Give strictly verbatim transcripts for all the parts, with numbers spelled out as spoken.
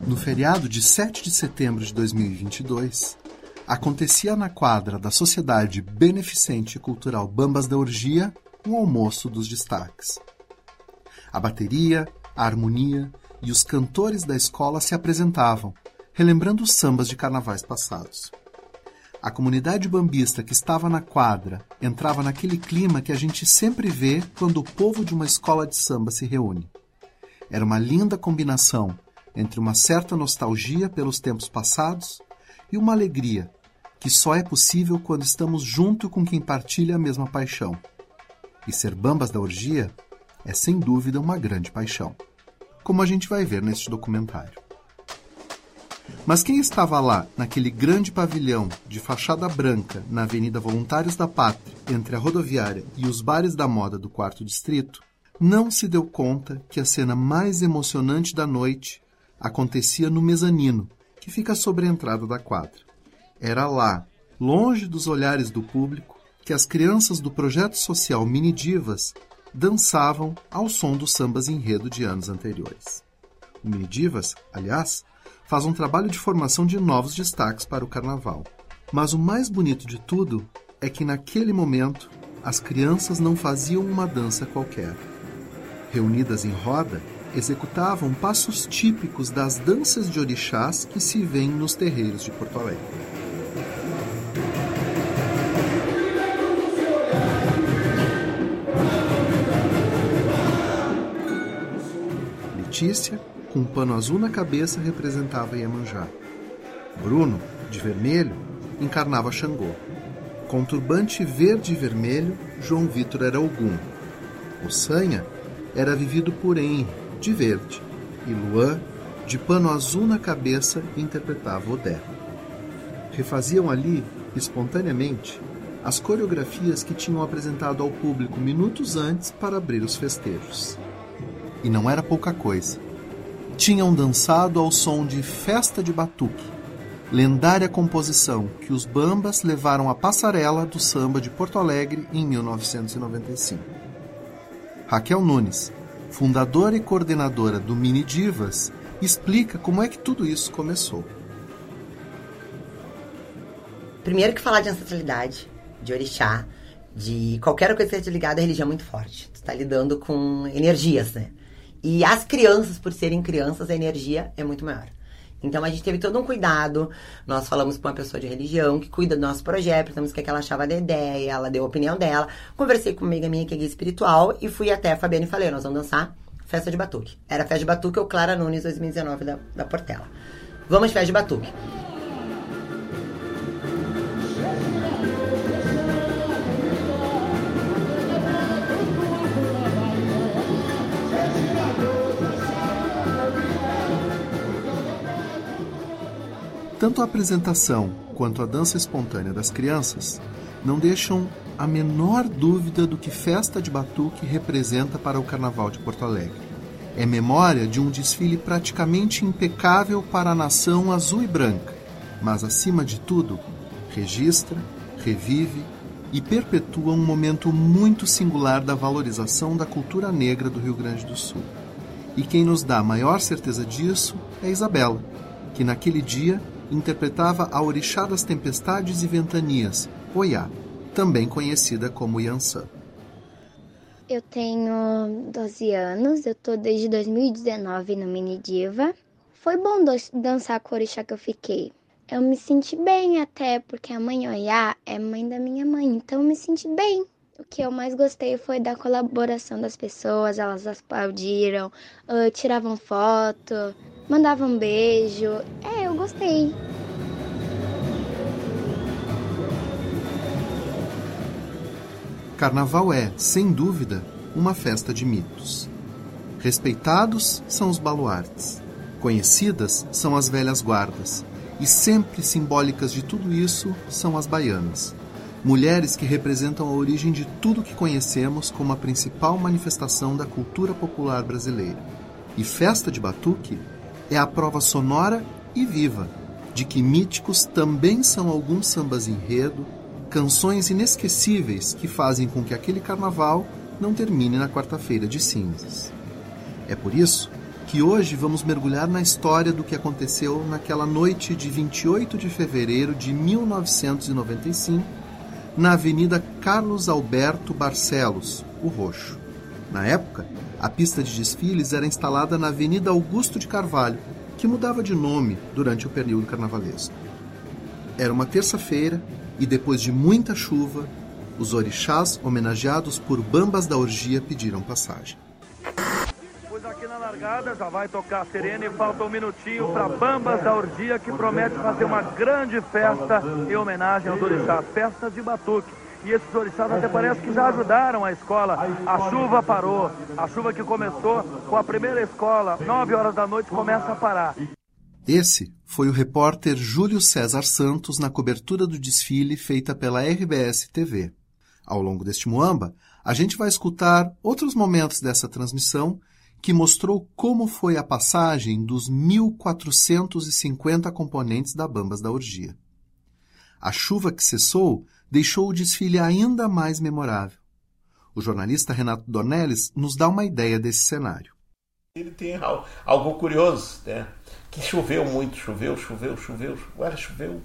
No feriado de sete de setembro de dois mil e vinte e dois, acontecia na quadra da Sociedade Beneficente e Cultural Bambas da Orgia um almoço dos destaques. A bateria, a harmonia e os cantores da escola se apresentavam, relembrando os sambas de carnavais passados. A comunidade bambista que estava na quadra entrava naquele clima que a gente sempre vê quando o povo de uma escola de samba se reúne. Era uma linda combinação entre uma certa nostalgia pelos tempos passados e uma alegria que só é possível quando estamos junto com quem partilha a mesma paixão. E ser bambas da orgia é sem dúvida uma grande paixão, como a gente vai ver neste documentário. Mas quem estava lá, naquele grande pavilhão de fachada branca na Avenida Voluntários da Pátria, entre a rodoviária e os bares da moda do quarto distrito, não se deu conta que a cena mais emocionante da noite acontecia no mezanino, que fica sobre a entrada da quadra. Era lá, longe dos olhares do público, que as crianças do projeto social Mini Divas dançavam ao som dos sambas enredo de anos anteriores. O Mini Divas, aliás, faz um trabalho de formação de novos destaques para o carnaval. Mas o mais bonito de tudo é que naquele momento as crianças não faziam uma dança qualquer. Reunidas em roda, executavam passos típicos das danças de orixás que se vêem nos terreiros de Porto Alegre. Letícia, com um pano azul na cabeça, representava Iemanjá. Bruno, de vermelho, encarnava Xangô. Com turbante verde e vermelho, João Vitor era Ogum. O Sanha era vivido por Henri, de verde, e Luan, de pano azul na cabeça, interpretava Odé. Refaziam ali, espontaneamente, as coreografias que tinham apresentado ao público minutos antes para abrir os festejos. E não era pouca coisa. Tinham dançado ao som de Festa de Batuque, lendária composição que os Bambas levaram à passarela do samba de Porto Alegre em mil novecentos e noventa e cinco. Raquel Nunes, fundadora e coordenadora do Mini Divas, explica como é que tudo isso começou. Primeiro que falar de ancestralidade, de orixá, de qualquer coisa que seja ligada à religião é muito forte. Tu tá lidando com energias, né? E as crianças, por serem crianças, a energia é muito maior. Então a gente teve todo um cuidado, nós falamos com uma pessoa de religião que cuida do nosso projeto, perguntamos o que ela achava da ideia, ela deu a opinião dela, conversei com uma amiga minha que é guia espiritual e fui até a Fabiana e falei, nós vamos dançar Festa de Batuque. Era Festa de Batuque ou Clara Nunes dois mil e dezenove da, da Portela. Vamos de Festa de Batuque. Tanto a apresentação quanto a dança espontânea das crianças não deixam a menor dúvida do que Festa de Batuque representa para o Carnaval de Porto Alegre. É memória de um desfile praticamente impecável para a nação azul e branca, mas, acima de tudo, registra, revive e perpetua um momento muito singular da valorização da cultura negra do Rio Grande do Sul. E quem nos dá maior certeza disso é Isabela, que naquele dia interpretava a orixá das tempestades e ventanias, Oiá, também conhecida como Iansã. Eu tenho doze anos, eu tô desde dois mil e dezenove no Mini Diva. Foi bom dançar com a orixá que eu fiquei. Eu me senti bem até, porque a mãe Oiá é mãe da minha mãe, então eu me senti bem. O que eu mais gostei foi da colaboração das pessoas, elas aplaudiram, uh, tiravam foto, mandavam um beijo. É, eu gostei. Carnaval é, sem dúvida, uma festa de mitos. Respeitados são os baluartes, conhecidas são as velhas guardas, e sempre simbólicas de tudo isso são as baianas. Mulheres que representam a origem de tudo que conhecemos como a principal manifestação da cultura popular brasileira. E Festa de Batuque é a prova sonora e viva de que míticos também são alguns sambas enredo, canções inesquecíveis que fazem com que aquele carnaval não termine na quarta-feira de cinzas. É por isso que que hoje vamos mergulhar na história do que aconteceu naquela noite de vinte e oito de fevereiro de mil novecentos e noventa e cinco, na Avenida Carlos Alberto Barcelos, o Roxo. Na época, a pista de desfiles era instalada na Avenida Augusto de Carvalho, que mudava de nome durante o período carnavalesco. Era uma terça-feira e, depois de muita chuva, os orixás homenageados por Bambas da Orgia pediram passagem. Pois aqui na largada já vai tocar a sirene e falta um minutinho para Bambas da Orgia, que promete fazer uma grande festa em homenagem aos orixás, festa de batuque. E esses orixás até parece que já ajudaram a escola. A chuva parou, a chuva que começou com a primeira escola, nove horas da noite, começa a parar. Esse foi o repórter Júlio César Santos na cobertura do desfile feita pela R B S T V. Ao longo deste Muamba, a gente vai escutar outros momentos dessa transmissão que mostrou como foi a passagem dos mil quatrocentos e cinquenta componentes da Bambas da Orgia. A chuva que cessou deixou o desfile ainda mais memorável. O jornalista Renato Dornelles nos dá uma ideia desse cenário. Ele tem algo curioso, né? Que choveu muito, choveu, choveu, choveu, agora choveu.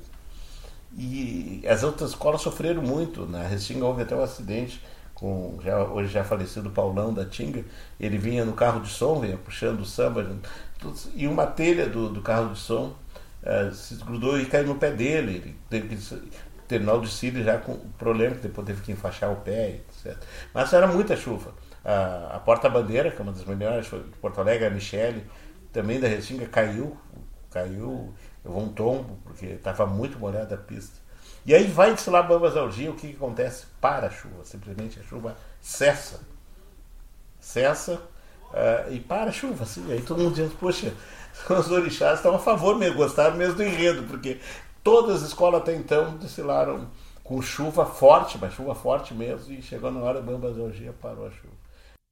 E as outras escolas sofreram muito. Na Restinga houve até um acidente com já, hoje já falecido Paulão da Tinga. Ele vinha no carro de som, vinha puxando o samba, e uma telha do, do carro de som uh, se grudou e caiu no pé dele. Ele teve que terminar o desfile já com problema, que depois teve que enfaixar o pé, etcétera. Mas era muita chuva. A, a porta-bandeira, que é uma das melhores de Porto Alegre, a Michele, também da Restinga, caiu, caiu, levou um tombo, porque estava muito molhada a pista. E aí vai desfilar Bambas da Orgia, o que, que acontece? Para a chuva, simplesmente a chuva cessa. Cessa uh, e para a chuva, assim. Aí todo mundo dizendo, poxa, os orixás estão a favor mesmo, gostaram mesmo do enredo, porque todas as escolas até então desfilaram com chuva forte, mas chuva forte mesmo, e chegou na hora, Bambas da Orgia, parou a chuva.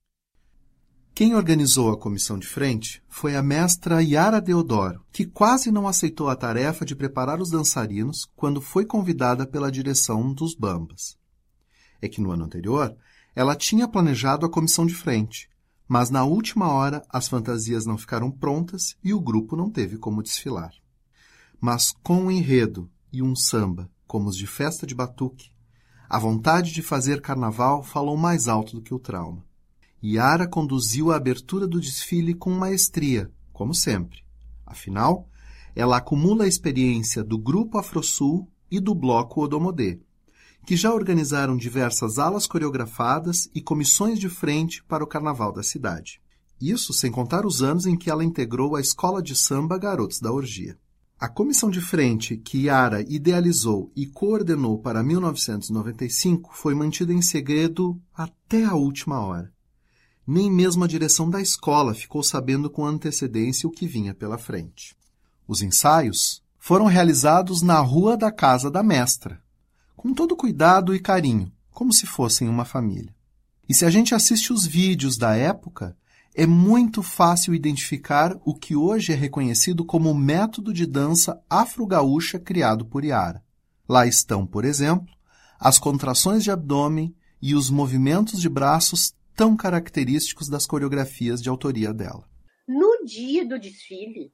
Quem organizou a comissão de frente foi a mestra Yara Deodoro, que quase não aceitou a tarefa de preparar os dançarinos quando foi convidada pela direção dos Bambas. É que no ano anterior, ela tinha planejado a comissão de frente, mas na última hora as fantasias não ficaram prontas e o grupo não teve como desfilar. Mas com um enredo e um samba como os de festa de batuque, a vontade de fazer carnaval falou mais alto do que o trauma. Yara conduziu a abertura do desfile com maestria, como sempre. Afinal, ela acumula a experiência do Grupo Afrosul e do Bloco Odomodê, que já organizaram diversas alas coreografadas e comissões de frente para o carnaval da cidade. Isso sem contar os anos em que ela integrou a escola de samba Garotos da Orgia. A comissão de frente que Yara idealizou e coordenou para mil novecentos e noventa e cinco foi mantida em segredo até a última hora. Nem mesmo a direção da escola ficou sabendo com antecedência o que vinha pela frente. Os ensaios foram realizados na rua da casa da mestra, com todo cuidado e carinho, como se fossem uma família. E se a gente assiste os vídeos da época, é muito fácil identificar o que hoje é reconhecido como o método de dança afro-gaúcha criado por Yara. Lá estão, por exemplo, as contrações de abdômen e os movimentos de braços tão característicos das coreografias de autoria dela. No dia do desfile,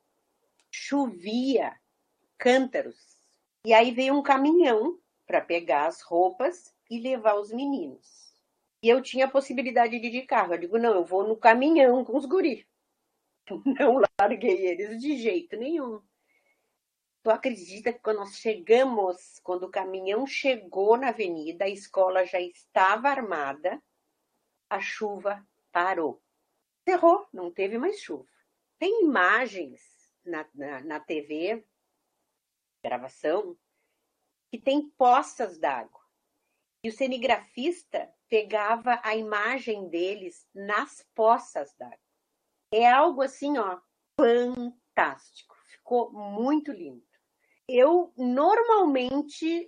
chovia cântaros. E aí veio um caminhão para pegar as roupas e levar os meninos. E eu tinha a possibilidade de ir de carro. Eu digo, não, eu vou no caminhão com os guris. Não larguei eles de jeito nenhum. Tu acredita que quando nós chegamos, quando o caminhão chegou na avenida, a escola já estava armada, a chuva parou. Cerrou, não teve mais chuva. Tem imagens na, na, na T V, gravação, que tem poças d'água. E o cinegrafista pegava a imagem deles nas poças d'água. É algo assim, ó, fantástico. Ficou muito lindo. Eu normalmente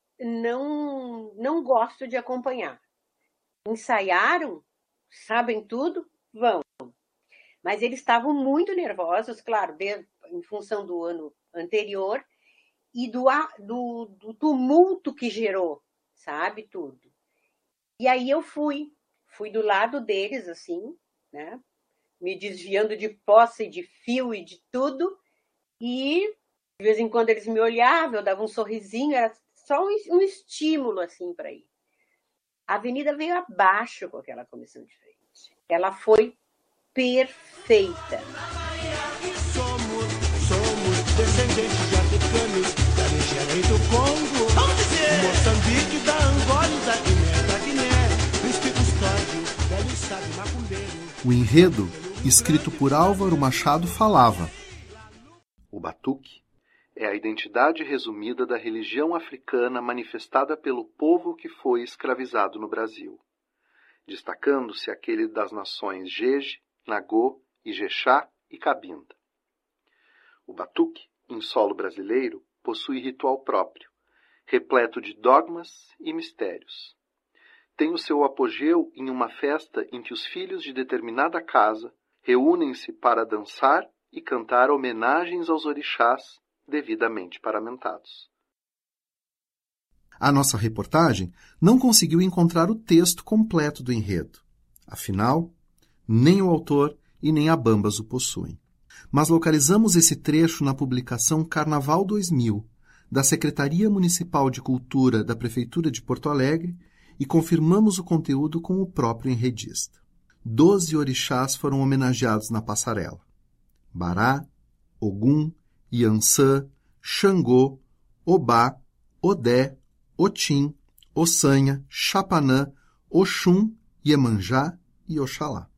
não, não gosto de acompanhar. Ensaiaram, sabem tudo, vão. Mas eles estavam muito nervosos, claro, de, em função do ano anterior e do, do, do tumulto que gerou, sabe, tudo. E aí eu fui, fui do lado deles, assim, né, me desviando de poça e de fio e de tudo. E de vez em quando eles me olhavam, eu dava um sorrisinho, era só um, um estímulo assim para ir. A avenida veio abaixo com aquela comissão de frente. Ela foi perfeita. Somos, somos descendentes de africanos da Nigéria e do Congo, Moçambique, da Angola, da Guiné, da Guiné, do Espírito Custódio, da Lissade Macumbeiro. O enredo, escrito por Álvaro Machado, falava: o batuque é a identidade resumida da religião africana manifestada pelo povo que foi escravizado no Brasil, destacando-se aquele das nações Jeje, Nagô, Ijexá e Cabinda. O batuque, em solo brasileiro, possui ritual próprio, repleto de dogmas e mistérios. Tem o seu apogeu em uma festa em que os filhos de determinada casa reúnem-se para dançar e cantar homenagens aos orixás devidamente paramentados. A nossa reportagem não conseguiu encontrar o texto completo do enredo. Afinal, nem o autor e nem a Bambas o possuem. Mas localizamos esse trecho na publicação Carnaval dois mil, da Secretaria Municipal de Cultura da Prefeitura de Porto Alegre, e confirmamos o conteúdo com o próprio enredista. Doze orixás foram homenageados na passarela: Bará, Ogum, Iansã, Xangô, Obá, Odé, Otim, Ossanha, Chapanã, Oxum, Iemanjá e Oxalá.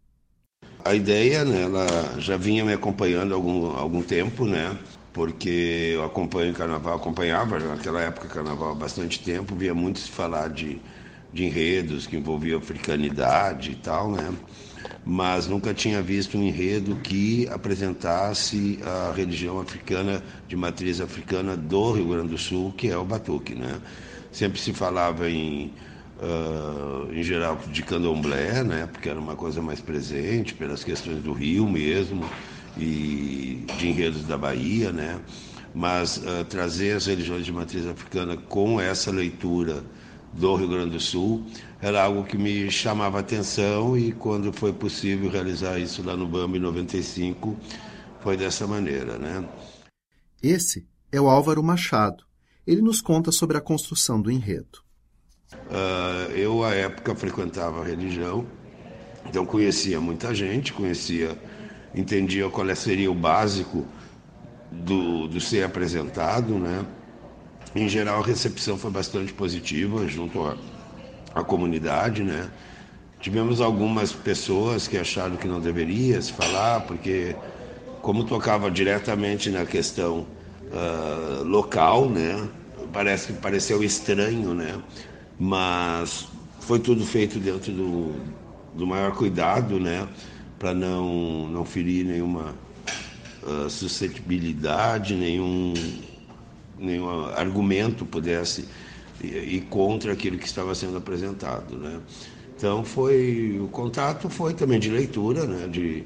A ideia, né, ela já vinha me acompanhando há algum, algum tempo, né, porque eu acompanho o carnaval, acompanhava naquela época carnaval há bastante tempo, via muito se falar de, de enredos que envolviam africanidade e tal, né, mas nunca tinha visto um enredo que apresentasse a religião africana, de matriz africana do Rio Grande do Sul, que é o batuque, né. Sempre se falava em, uh, em geral, de candomblé, né, porque era uma coisa mais presente, pelas questões do Rio mesmo, e de enredos da Bahia, né, mas uh, trazer as religiões de matriz africana com essa leitura do Rio Grande do Sul era algo que me chamava a atenção, e quando foi possível realizar isso lá no Bamba em noventa e cinco, foi dessa maneira, né. Esse é o Álvaro Machado. Ele nos conta sobre a construção do enredo. Uh, eu, à época, frequentava a religião, então conhecia muita gente, conhecia, entendia qual seria o básico do, do ser apresentado, né. Em geral, a recepção foi bastante positiva junto à, à comunidade, né. Tivemos algumas pessoas que acharam que não deveria se falar, porque como tocava diretamente na questão uh, local, né, parece que pareceu estranho, né, mas foi tudo feito dentro do, do maior cuidado, né, para não, não ferir nenhuma uh, suscetibilidade, nenhum, nenhum argumento pudesse ir contra aquilo que estava sendo apresentado, né. Então foi, o contato foi também de leitura, né, de,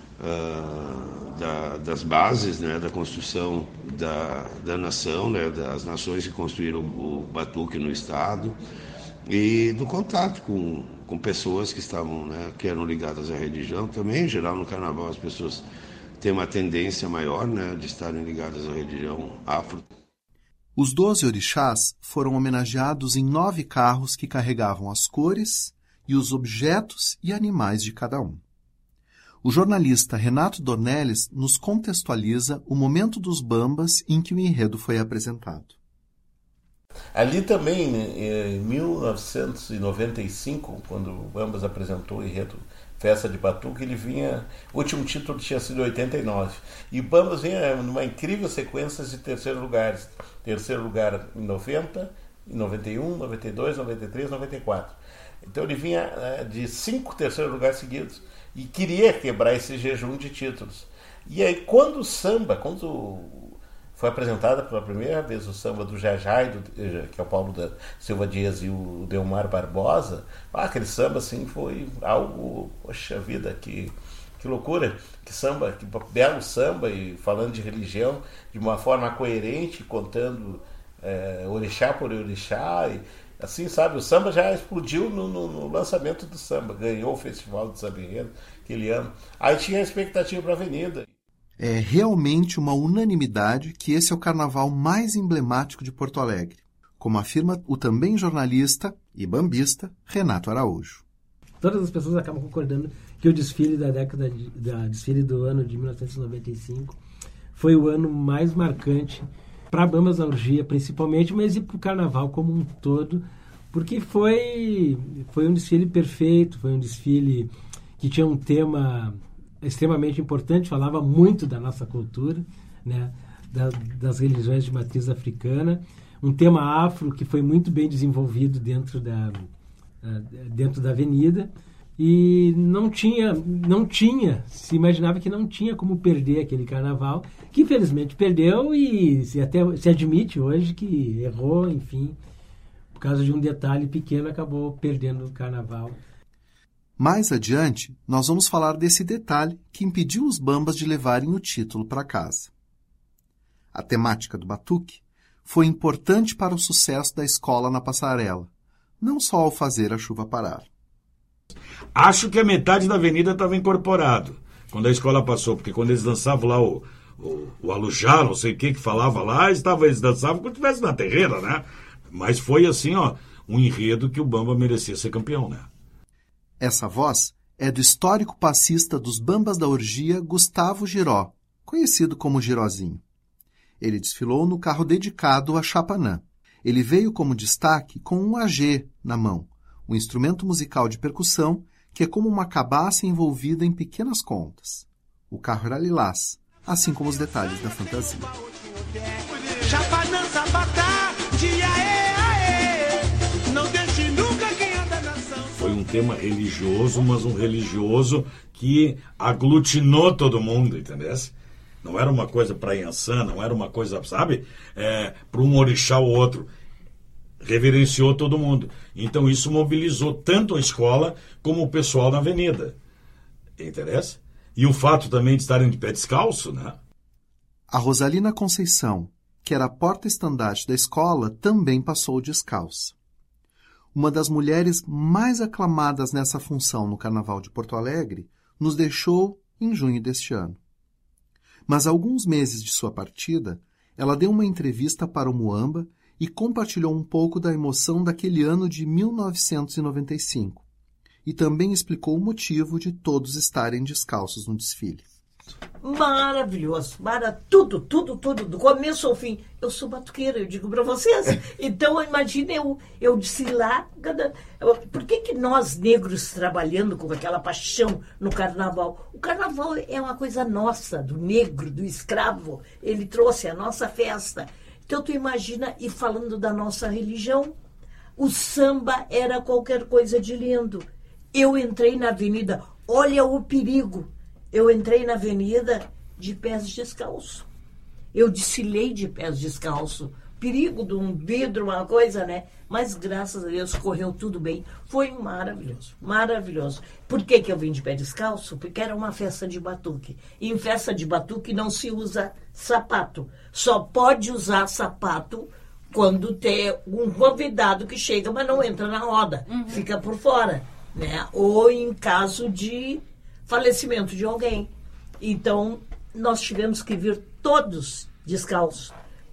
uh, da, das bases, né, da construção da, da nação, né, das nações que construíram o, o batuque no estado, e do contato com, com pessoas que estavam, né, que eram ligadas à religião. Também, em geral, no carnaval as pessoas têm uma tendência maior, né, de estarem ligadas à religião afro. Os doze orixás foram homenageados em nove carros que carregavam as cores e os objetos e animais de cada um. O jornalista Renato Dornelles nos contextualiza o momento dos Bambas em que o enredo foi apresentado. Ali também, em mil novecentos e noventa e cinco, quando o Bambas apresentou o enredo Festa de Batuque, ele vinha, o último título tinha sido oitenta e nove, e o Bambas vinha numa incrível sequência de terceiro lugares. Terceiro lugar em noventa, em noventa e um, noventa e dois, noventa e três, noventa e quatro. Então ele vinha é, de cinco terceiros lugares seguidos e queria quebrar esse jejum de títulos. E aí quando o samba, quando foi apresentada pela primeira vez o samba do Jajai, do, que é o Paulo da Silva Dias e o Delmar Barbosa, ah, aquele samba assim foi algo, poxa vida, que, que loucura, que samba, que belo samba, e falando de religião de uma forma coerente, contando é, orixá por orixá, e Assim, sabe, o samba já explodiu no, no, no lançamento do samba, ganhou o Festival de Samba Enredo aquele ano. Aí tinha a expectativa para a Avenida. É realmente uma unanimidade que esse é o carnaval mais emblemático de Porto Alegre, como afirma o também jornalista e bambista Renato Araújo. Todas as pessoas acabam concordando que o desfile da década de, da desfile do ano de mil novecentos e noventa e cinco foi o ano mais marcante para Bambas da Orgia, principalmente, mas e para o carnaval como um todo, porque foi, foi um desfile perfeito, foi um desfile que tinha um tema extremamente importante, falava muito da nossa cultura, né, da, das religiões de matriz africana, um tema afro que foi muito bem desenvolvido dentro da, dentro da avenida, e não tinha, não tinha, se imaginava que não tinha como perder aquele carnaval, que infelizmente perdeu e se até se admite hoje que errou, enfim, por causa de um detalhe pequeno, acabou perdendo o carnaval. Mais adiante, nós vamos falar desse detalhe que impediu os bambas de levarem o título para casa. A temática do batuque foi importante para o sucesso da escola na passarela, não só ao fazer a chuva parar. Acho que a metade da avenida estava incorporado quando a escola passou, porque quando eles dançavam lá o, o, o alujá, não sei o que que falava lá, estava, eles dançavam como se estivesse na terreira, né? Mas foi assim, ó, um enredo que o Bamba merecia ser campeão, né? Essa voz é do histórico passista dos Bambas da Orgia, Gustavo Giró, conhecido como Girozinho. Ele desfilou no carro dedicado a Chapanã. Ele veio como destaque com um A G na mão, um instrumento musical de percussão que é como uma cabaça envolvida em pequenas contas. O carro era lilás, assim como os detalhes da fantasia. Foi um tema religioso, mas um religioso que aglutinou todo mundo, entendeu? Não era uma coisa para Yansan, não era uma coisa, sabe, é, para um orixá ou outro. Reverenciou todo mundo. Então isso mobilizou tanto a escola como o pessoal na avenida. Interessa? E o fato também de estarem de pé descalço, né? A Rosalina Conceição, que era a porta-estandarte da escola, também passou descalça. Uma das mulheres mais aclamadas nessa função no Carnaval de Porto Alegre nos deixou em junho deste ano. Mas alguns meses de sua partida, ela deu uma entrevista para o Muamba e compartilhou um pouco da emoção daquele ano de mil novecentos e noventa e cinco. E também explicou o motivo de todos estarem descalços no desfile. Maravilhoso, mara, tudo, tudo, tudo, do começo ao fim. Eu sou batuqueira, eu digo para vocês. Então, imagina eu, eu desfilar. Cada... Por que que nós, negros, trabalhando com aquela paixão no carnaval? O carnaval é uma coisa nossa, do negro, do escravo. Ele trouxe a nossa festa. Então, tu imagina, e falando da nossa religião, o samba era qualquer coisa de lindo. Eu entrei na avenida, olha o perigo. Eu entrei na avenida de pés descalço. Eu desfilei de pés descalço. Perigo de um vidro, uma coisa, né? Mas, graças a Deus, correu tudo bem. Foi maravilhoso, maravilhoso. Por que que eu vim de pé descalço? Porque era uma festa de batuque. E em festa de batuque não se usa sapato. Só pode usar sapato quando tem um convidado que chega, mas não entra na roda. Uhum. Fica por fora, né? Ou em caso de falecimento de alguém. Então, nós tivemos que vir todos descalços.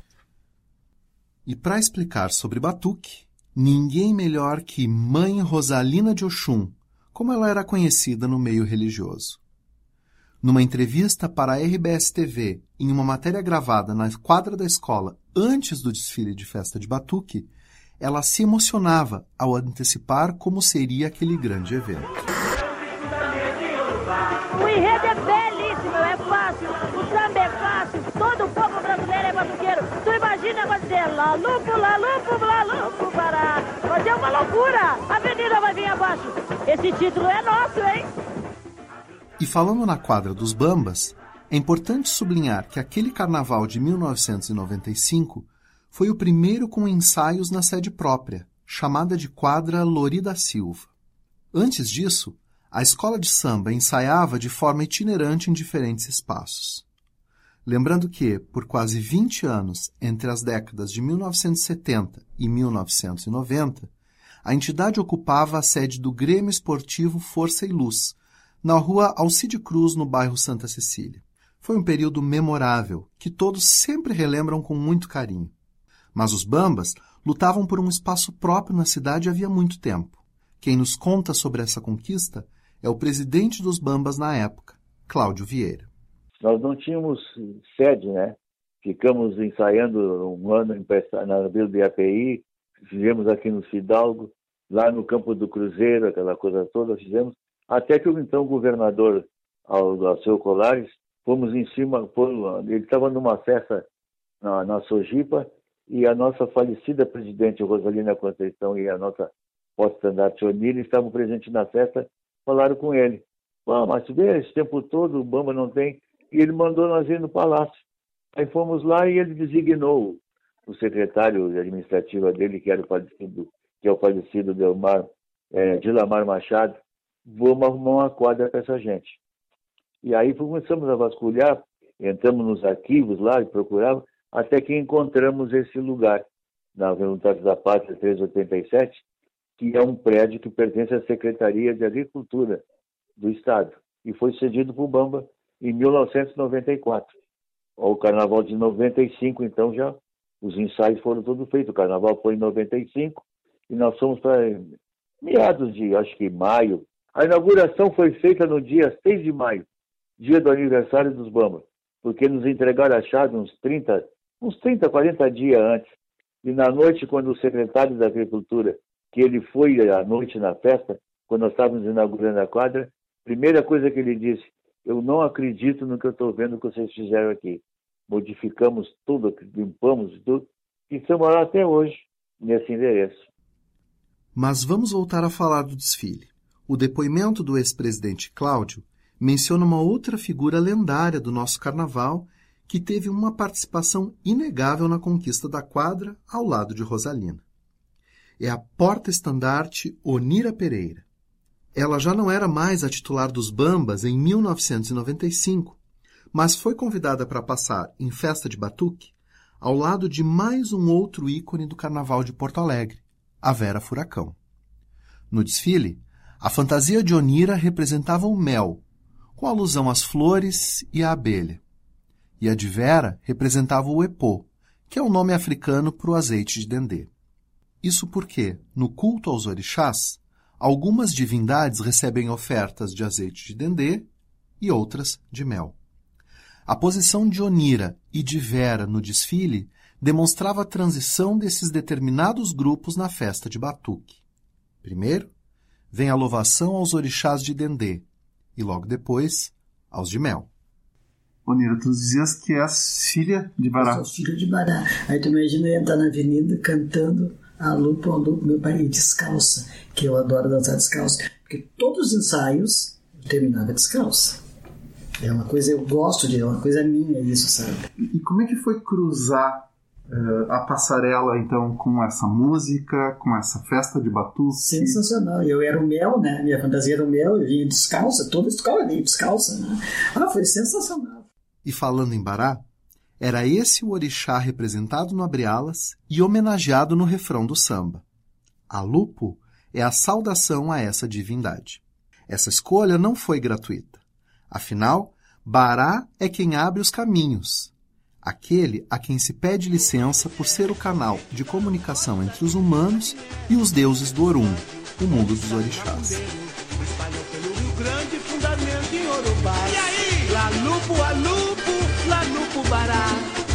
E para explicar sobre batuque, ninguém melhor que Mãe Rosalina de Oxum, como ela era conhecida no meio religioso. Numa entrevista para a R B S T V, em uma matéria gravada na quadra da escola antes do desfile de festa de batuque, ela se emocionava ao antecipar como seria aquele grande evento. O enredo é belíssimo, é fácil, o samba é fácil, todo o povo brasileiro é batuqueiro. Tu imagina vai dizer lá, lupo, lá, lupo, lá, lupo, pará. Vai ser uma loucura, a avenida vai vir abaixo. Esse título é nosso, hein? E falando na quadra dos Bambas, é importante sublinhar que aquele carnaval de mil novecentos e noventa e cinco foi o primeiro com ensaios na sede própria, chamada de quadra Lori da Silva. Antes disso, a escola de samba ensaiava de forma itinerante em diferentes espaços. Lembrando que, por quase vinte anos, entre as décadas de mil novecentos e setenta e mil novecentos e noventa, a entidade ocupava a sede do Grêmio Esportivo Força e Luz, na rua Alcide Cruz, no bairro Santa Cecília. Foi um período memorável, que todos sempre relembram com muito carinho. Mas os Bambas lutavam por um espaço próprio na cidade havia muito tempo. Quem nos conta sobre essa conquista é o presidente dos Bambas na época, Cláudio Vieira. Nós não tínhamos sede, né? Ficamos ensaiando um ano na Vila do I A P I, fizemos aqui no Fidalgo, lá no Campo do Cruzeiro, aquela coisa toda, fizemos, até que o então governador, Alceu Colares, fomos em cima, ele estava numa festa na, na Sojipa, e a nossa falecida presidente Rosalina Conceição e a nossa pós-estandarte Onira estavam presentes na festa, falaram com ele. Ah, mas vê, esse tempo todo o Bamba não tem, e ele mandou nós ir no palácio. Aí fomos lá e ele designou o secretário administrativo dele, que era o falecido, que é o falecido Delmar, é, Dilamar Machado, vamos arrumar uma quadra para essa gente. E aí começamos a vasculhar, entramos nos arquivos lá e procurávamos, até que encontramos esse lugar, na Voluntários da Pátria trezentos e oitenta e sete, que é um prédio que pertence à Secretaria de Agricultura do Estado, e foi cedido para o Bamba em mil novecentos e noventa e quatro. O Carnaval de noventa e cinco, então, já os ensaios foram todos feitos. O Carnaval foi em noventa e cinco, e nós fomos para meados de, acho que maio. A inauguração foi feita no dia seis de maio, dia do aniversário dos Bambas, porque nos entregaram a chave uns trinta, uns trinta, quarenta dias antes. E na noite, quando o secretário da Agricultura, que ele foi à noite na festa, quando nós estávamos inaugurando a quadra, a primeira coisa que ele disse: eu não acredito no que eu estou vendo que vocês fizeram aqui. Modificamos tudo, limpamos tudo, e estamos lá até hoje, nesse endereço. Mas vamos voltar a falar do desfile. O depoimento do ex-presidente Cláudio menciona uma outra figura lendária do nosso carnaval que teve uma participação inegável na conquista da quadra ao lado de Rosalina. É a porta-estandarte Onira Pereira. Ela já não era mais a titular dos Bambas em mil novecentos e noventa e cinco, mas foi convidada para passar em festa de batuque ao lado de mais um outro ícone do Carnaval de Porto Alegre, a Vera Furacão. No desfile, a fantasia de Onira representava o mel, com alusão às flores e à abelha, e a de Vera representava o epô, que é o nome africano para o azeite de dendê. Isso porque, no culto aos orixás, algumas divindades recebem ofertas de azeite de dendê e outras de mel. A posição de Onira e de Vera no desfile demonstrava a transição desses determinados grupos na festa de batuque. Primeiro, vem a louvação aos orixás de dendê e logo depois aos de mel. Onira, tu dizias que és filha de Bará. Eu sou filha de Bará. Aí tu imagina eu entrar na avenida cantando a lupa, a lupa, meu pai descalça, que eu adoro dançar descalça, porque todos os ensaios eu terminava descalça. É uma coisa, eu gosto de, é uma coisa minha isso, sabe? E como é que foi cruzar uh, a passarela, então, com essa música, com essa festa de batuque? Sensacional. Eu era o mel, né? Minha fantasia era o mel, eu vinha descalça, toda escola ali, descalça, né? Ah, foi sensacional. E falando em Bará, era esse o orixá representado no abre-alas e homenageado no refrão do samba. A lupo é a saudação a essa divindade. Essa escolha não foi gratuita. Afinal, Bará é quem abre os caminhos, aquele a quem se pede licença por ser o canal de comunicação entre os humanos e os deuses do Orum, o mundo dos orixás. Espalhou pelo Rio Grande, fundamento em Orubá. E aí? Lá lupo, a lupo, lá lupo, Bará.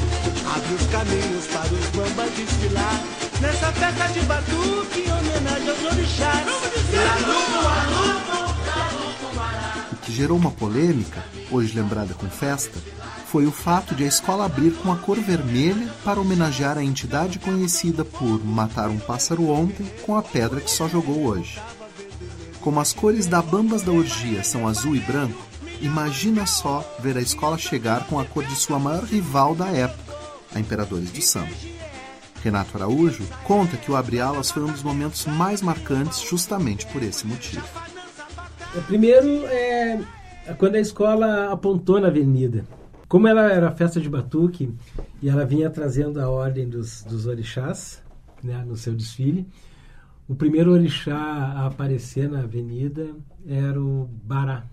Abre os caminhos para os Bambas desfilar nessa festa de batuque em homenagem aos orixás. Lá lupo, a lupo, lá lupo, Bará. O que gerou uma polêmica, hoje lembrada com festa, foi o fato de a escola abrir com a cor vermelha para homenagear a entidade conhecida por matar um pássaro ontem com a pedra que só jogou hoje. Como as cores da Bambas da Orgia são azul e branco, imagina só ver a escola chegar com a cor de sua maior rival da época, a Imperadores do Samba. Renato Araújo conta que o abre-alas foi um dos momentos mais marcantes justamente por esse motivo. O primeiro é quando a escola apontou na avenida. Como ela era festa de batuque e ela vinha trazendo a ordem dos, dos orixás, né, no seu desfile, o primeiro orixá a aparecer na avenida era o Bará.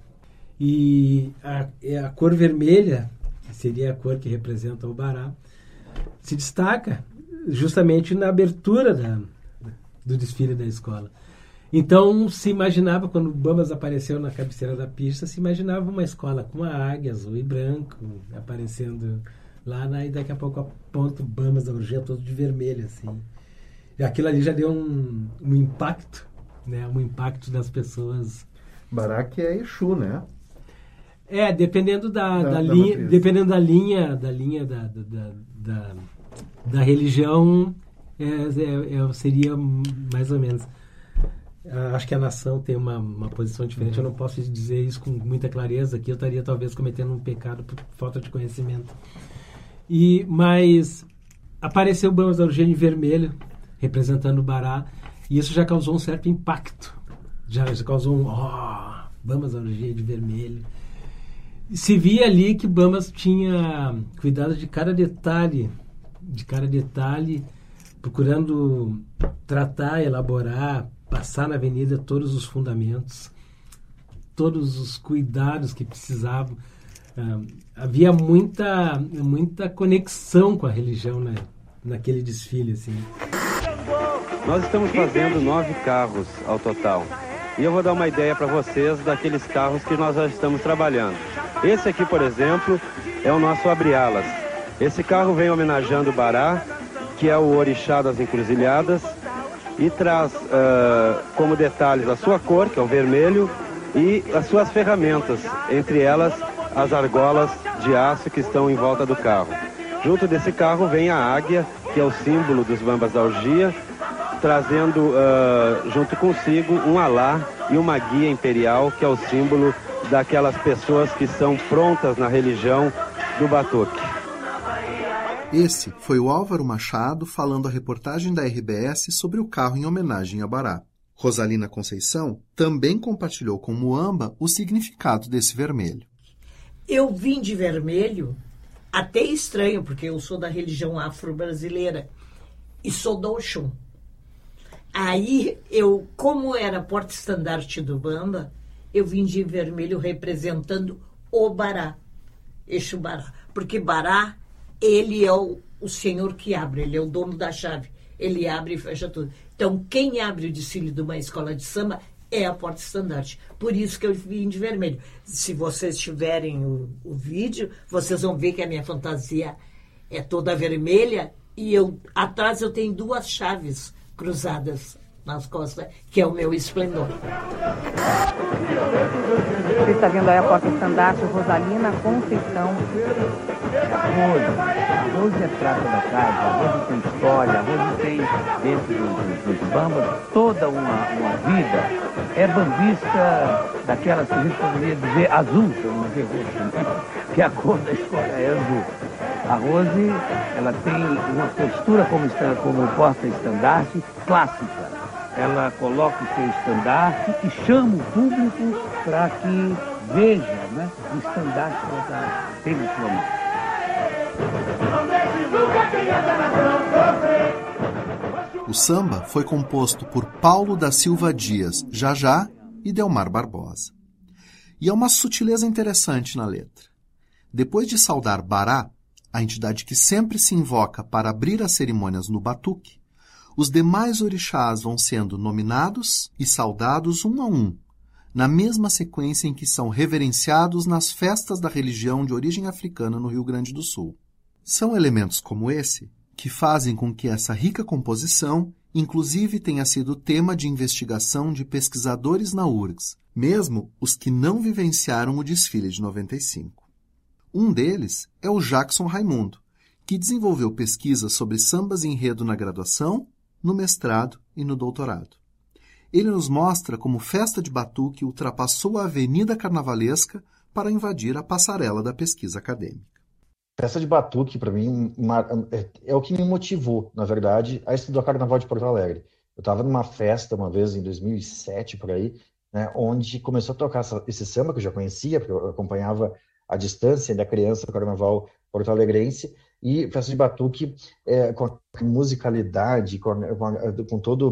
E a, a cor vermelha, que seria a cor que representa o Bará, se destaca justamente na abertura da, do desfile da escola. Então, se imaginava, quando o Bambas apareceu na cabeceira da pista, se imaginava uma escola com a águia azul e branco aparecendo lá, né? E daqui a pouco aponta o Bambas da Orgia todo de vermelho, assim. E aquilo ali já deu um, um impacto, né? Um impacto das pessoas. Bará que é Exu, né? É, dependendo da, da, da linha, matriz. dependendo da linha, da linha da, da, da, da religião, é, é, é, seria mais ou menos. Acho que a nação tem uma, uma posição diferente. Uhum. Eu não posso dizer isso com muita clareza, que eu estaria talvez cometendo um pecado por falta de conhecimento. E, mas apareceu o Bambas da Orgia em vermelho, representando o Bará, e isso já causou um certo impacto. Já, já causou um, ó, oh, Bambas da Orgia de vermelho. E se via ali que Bambas tinha cuidado de cada detalhe, de cada detalhe, procurando tratar, elaborar, passar na avenida todos os fundamentos, todos os cuidados que precisavam. Uh, havia muita, muita conexão com a religião, né, naquele desfile, assim. Nós estamos fazendo nove carros ao total. E eu vou dar uma ideia para vocês daqueles carros que nós já estamos trabalhando. Esse aqui, por exemplo, é o nosso Abre-Alas. Esse carro vem homenageando o Bará, que é o orixá das encruzilhadas, e traz uh, como detalhes a sua cor, que é o vermelho, e as suas ferramentas, entre elas as argolas de aço que estão em volta do carro. Junto desse carro vem a águia, que é o símbolo dos Bambas da Orgia, trazendo uh, junto consigo um alá e uma guia imperial, que é o símbolo daquelas pessoas que são prontas na religião do batuque. Esse foi o Álvaro Machado falando a reportagem da R B S sobre o carro em homenagem a Bará. Rosalina Conceição também compartilhou com Muamba o significado desse vermelho. Eu vim de vermelho, até estranho, porque eu sou da religião afro-brasileira e sou do Oxum. Aí, eu, como era porta-estandarte do Bamba, eu vim de vermelho representando o Bará, Exu Bará, porque Bará, ele é o, o senhor que abre, ele é o dono da chave, ele abre e fecha tudo. Então, quem abre o desfile de uma escola de samba é a porta-estandarte. Por isso que eu vim de vermelho. Se vocês tiverem o, o vídeo, vocês vão ver que a minha fantasia é toda vermelha e eu, atrás eu tenho duas chaves cruzadas nas costas, que é o meu esplendor. Você está vendo aí a porta-estandarte Rosalina Conceição. Arroz, arroz é prata da casa, arroz tem história, arroz tem dentro dos, dos Bambas toda uma, uma vida. É bambista daquelas que a gente poderia dizer azul, se eu não dizer roxo, que a cor da escola é azul. A Rose, ela tem uma postura como, como porta-estandarte clássica. Ela coloca o seu estandarte e chama o público para que veja, né, o estandarte que ela está tendo em sua mão. O samba foi composto por Paulo da Silva Dias, Jajá e Delmar Barbosa. E há uma sutileza interessante na letra. Depois de saudar Bará, a entidade que sempre se invoca para abrir as cerimônias no batuque, os demais orixás vão sendo nominados e saudados um a um, na mesma sequência em que são reverenciados nas festas da religião de origem africana no Rio Grande do Sul. São elementos como esse que fazem com que essa rica composição, inclusive, tenha sido tema de investigação de pesquisadores na U R G S, mesmo os que não vivenciaram o desfile de noventa e cinco. Um deles é o Jackson Raimundo, que desenvolveu pesquisas sobre sambas e enredo na graduação, no mestrado e no doutorado. Ele nos mostra como Festa de Batuque ultrapassou a avenida carnavalesca para invadir a passarela da pesquisa acadêmica. Festa de Batuque, para mim, é o que me motivou, na verdade, a estudar Carnaval de Porto Alegre. Eu estava numa festa uma vez, em dois mil e sete, por aí, né, onde começou a tocar esse samba, que eu já conhecia, porque eu acompanhava a distância da criança do Carnaval porto-alegrense, e Festa de Batuque, é, com a musicalidade, com, a, com, a, com todo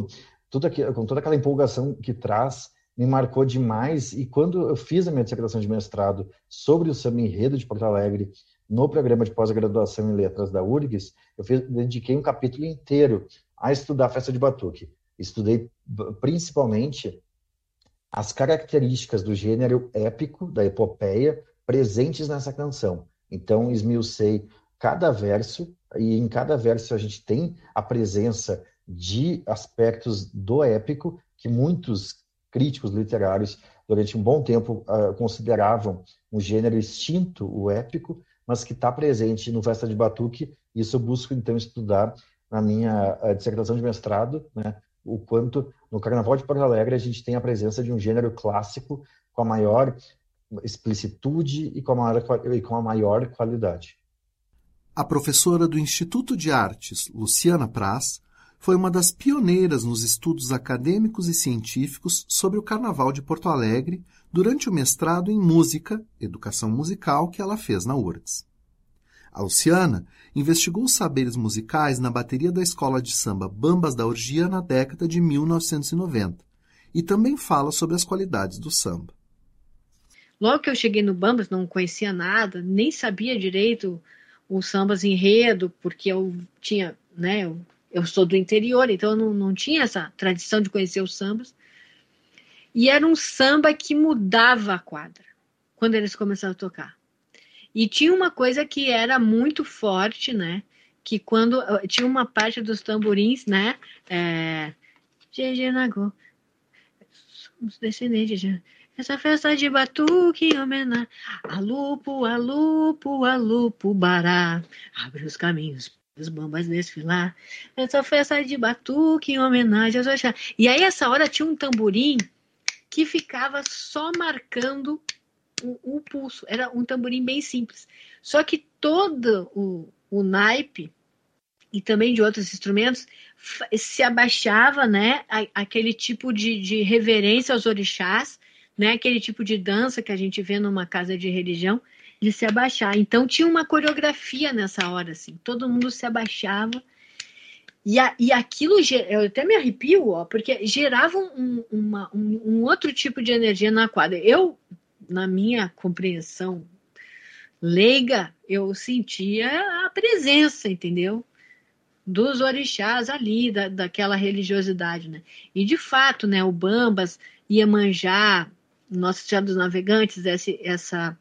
tudo aqui, com toda aquela empolgação que traz, me marcou demais. E quando eu fiz a minha dissertação de mestrado sobre o samba enredo de Porto Alegre, no programa de pós-graduação em letras da U R G S, eu fiz, dediquei um capítulo inteiro a estudar a festa de batuque. Estudei principalmente as características do gênero épico, da epopeia, presentes nessa canção. Então, esmiucei cada verso, e em cada verso a gente tem a presença de aspectos do épico que muitos críticos literários, durante um bom tempo, uh, consideravam um gênero extinto, o épico, mas que está presente no Festa de Batuque. Isso eu busco, então, estudar na minha uh, dissertação de mestrado, né, o quanto no Carnaval de Porto Alegre a gente tem a presença de um gênero clássico com a maior explicitude e com a maior, e com a maior qualidade. A professora do Instituto de Artes, Luciana Praz, foi uma das pioneiras nos estudos acadêmicos e científicos sobre o Carnaval de Porto Alegre durante o mestrado em Música, Educação Musical, que ela fez na U R G S. A Luciana investigou os saberes musicais na bateria da escola de samba Bambas da Orgia na década de mil novecentos e noventa e também fala sobre as qualidades do samba. Logo que eu cheguei no Bambas, não conhecia nada, nem sabia direito os sambas enredo, porque eu tinha, né, eu, eu sou do interior, então eu não, não tinha essa tradição de conhecer os sambas. E era um samba que mudava a quadra, quando eles começaram a tocar. E tinha uma coisa que era muito forte, né, que quando, tinha uma parte dos tamborins, né, é, Gê Nagô, somos descendentes de... Essa festa de batuque em homenagem a Lupo, a Lupo, a Lupo, Bará, abre os caminhos para os bambas desfilar. Essa festa de batuque em homenagem aos orixás. E aí, essa hora, tinha um tamborim que ficava só marcando o, o pulso. Era um tamborim bem simples. Só que todo o, o naipe, e também de outros instrumentos, se abaixava, né, a, aquele tipo de, de reverência aos orixás, né, aquele tipo de dança que a gente vê numa casa de religião, de se abaixar. Então tinha uma coreografia nessa hora, assim, todo mundo se abaixava, e, a, e aquilo, eu até me arrepio, ó, porque gerava um, uma, um, um outro tipo de energia na quadra. Eu, na minha compreensão leiga, eu sentia a presença, entendeu? Dos orixás ali, da, daquela religiosidade, né? E de fato, né, o Bambas, Iemanjá, Nosso Senhora dos Navegantes, essa, essa,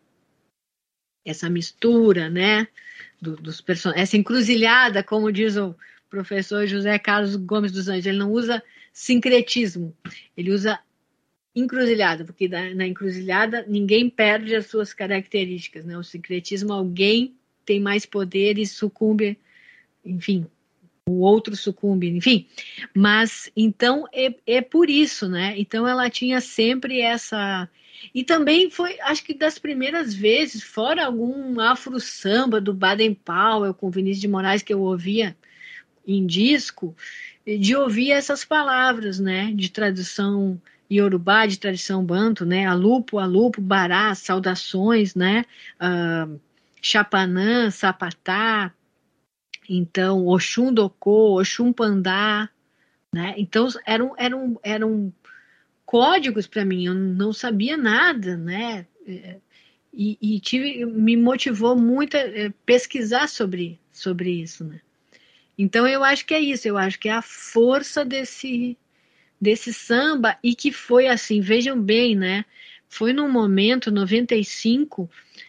essa mistura, né, do, dos personagens, essa encruzilhada, como diz o professor José Carlos Gomes dos Anjos, ele não usa sincretismo, ele usa encruzilhada, porque na, na encruzilhada ninguém perde as suas características, né, o sincretismo, alguém tem mais poder e sucumbe, enfim, o outro sucumbe, enfim, mas então é, é por isso, né, então ela tinha sempre essa, e também foi, acho que das primeiras vezes, fora algum afro-samba do Baden Powell com Vinícius de Moraes que eu ouvia em disco, de ouvir essas palavras, né, de tradição iorubá, de tradição banto, né, alupo, alupo, bará, saudações, né, uh, chapanã, sapatá, então, Oxum Docô, Oxum Pandá, né? Então, eram, eram, eram códigos para mim, eu não sabia nada, né? E, e tive, me motivou muito a pesquisar sobre, sobre isso, né? Então, eu acho que é isso, eu acho que é a força desse, desse samba, e que foi assim, vejam bem, né? Foi num momento, noventa e cinco,